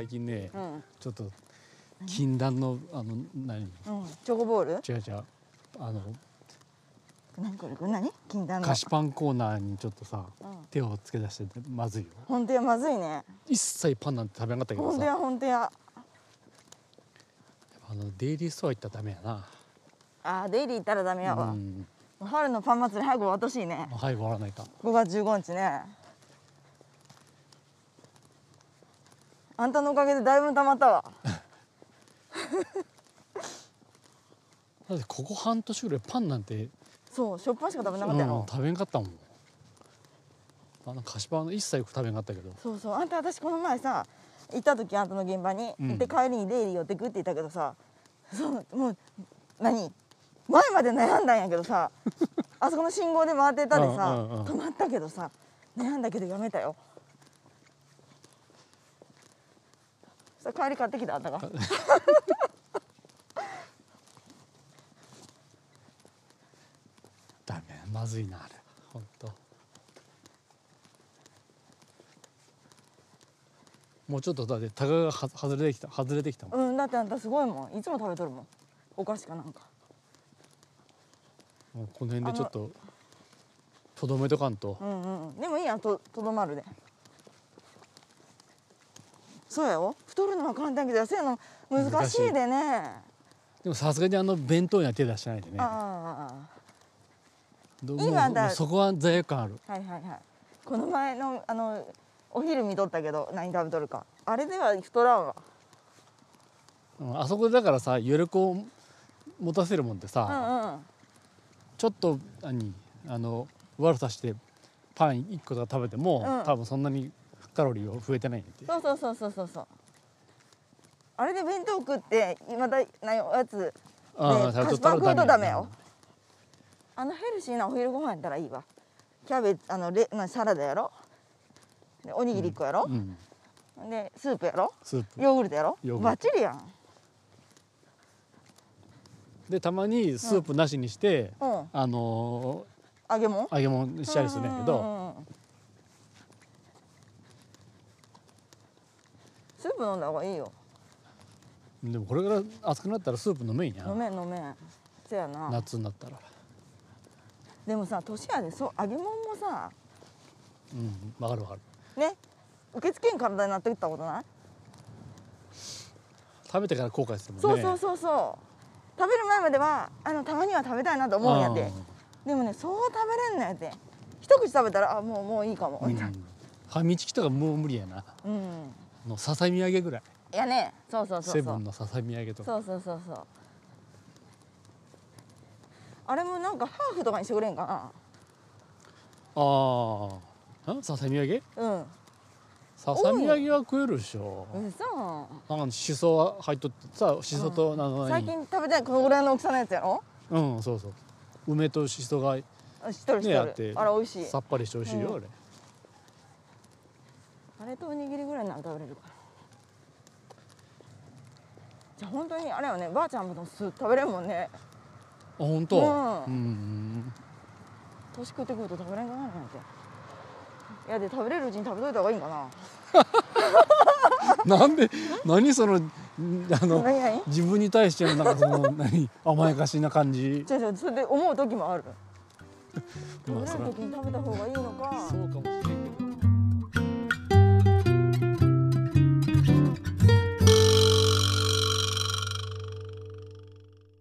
最近ね、 うん、 ちょっと禁断の何、 うん、チョコボール。 違う違う、 何これ、これ何、禁断の菓子パンコーナーにちょっとさ、 うん、 手をつけ出してまずいよ。 本当や、まずいね。 一切パンなんて食べなかったけどさ、 本当や、本当や。 デイリーストア行ったらダメやな。 あー、デイリー行ったらダメやわ。 うん、 春のパン祭り早く終わってほしいね。 はい、終わらないか。 5月15日ね。あんたのおかげでだいぶ溜まったわ。 だってここ半年ぐらいパンなんて、 そう、しょっぱんしか食べなかったやろ。 食べんかったもん。菓子パン一切食べんかったけど。 そうそう、あんた、私この前さ行った時、あんたの現場に行って帰りにデイリー寄ってくって言ったけどさ、そうもう何前まで悩んだんやけどさあそこの信号で回ってたでさ、止まったけどさ、悩んだけどやめたよ。さ、帰り買ってきた、あんたが。 ダメ、まずいなあれ、本当。もうちょっとだってタガが外れてきたもん。 うん、だってあんたすごいもん、いつも食べとるもん、お菓子かなんか。 もうこの辺でちょっととどめとかんと。 うんうん、でもいいやん、とどまるで。そうやよ、太るのは簡単やけど痩せるの難しいでね。 でもさすがに弁当には手出してないでね。 ああ、 もうそこは罪悪感ある。 はいはいはい。この前のお昼見とったけど、何食べとるか、あれでは太らんわ。 あそこでだからさ、余力を持たせるもんってうんさ、 うん、 ちょっと悪さしてパン1個とか食べても、多分そんなにカロリーは増えてないんで。 そうそうそうそうそうそう。あれで弁当食って今だないおやつで菓子パン食うとダメよ。ヘルシーなお昼ご飯やったらいいわ。キャベツサラダやろ、でおにぎり1個やろ、でスープやろ、ヨーグルトやろ、バッチリやん。 でたまにスープなしにして、 揚げ物したりするんやけど、 スープ飲んだ方がいいよ。 でもこれから暑くなったらスープ飲めんや。 飲めん。せやな。 夏になったら。 でもさ、年やで、そう揚げ物もさ、 わかるわかるね、受け付けん体になってきたことない？ 食べてから後悔するもんね。 そう食べる前まではたまには食べたいなと思うんやって。でもね、そう食べれんのやって。一口食べたらもういいかもみたいな。 ファミチキとかもう無理やな。ささみ揚げぐらい。 いやね、そうセブンのささみ揚げとか。 そうあれもなんかハーフとかにしてくれんかな。 ささみ揚げ？ささみ揚げは食えるでしょ。しそは入っとってさ、しそと最近食べたいこのぐらいの大きさのやつやろ。 そう梅としそがしっとりあって、あれ美味しい。 さっぱりして美味しいよあれ。 あれとおにぎりぐらいなら食べれるから。じゃあ本当にあれよね、ばあちゃんも食べれんもんね。 本当。 年食ってくると食べれんかななんて。いやで、食べれるうちに食べといた方がいいんかな。 なんで、何その自分に対しての甘やかしな感じ。 それで思う時もある。食べれる時に食べた方がいいのか。 そうかもしれん。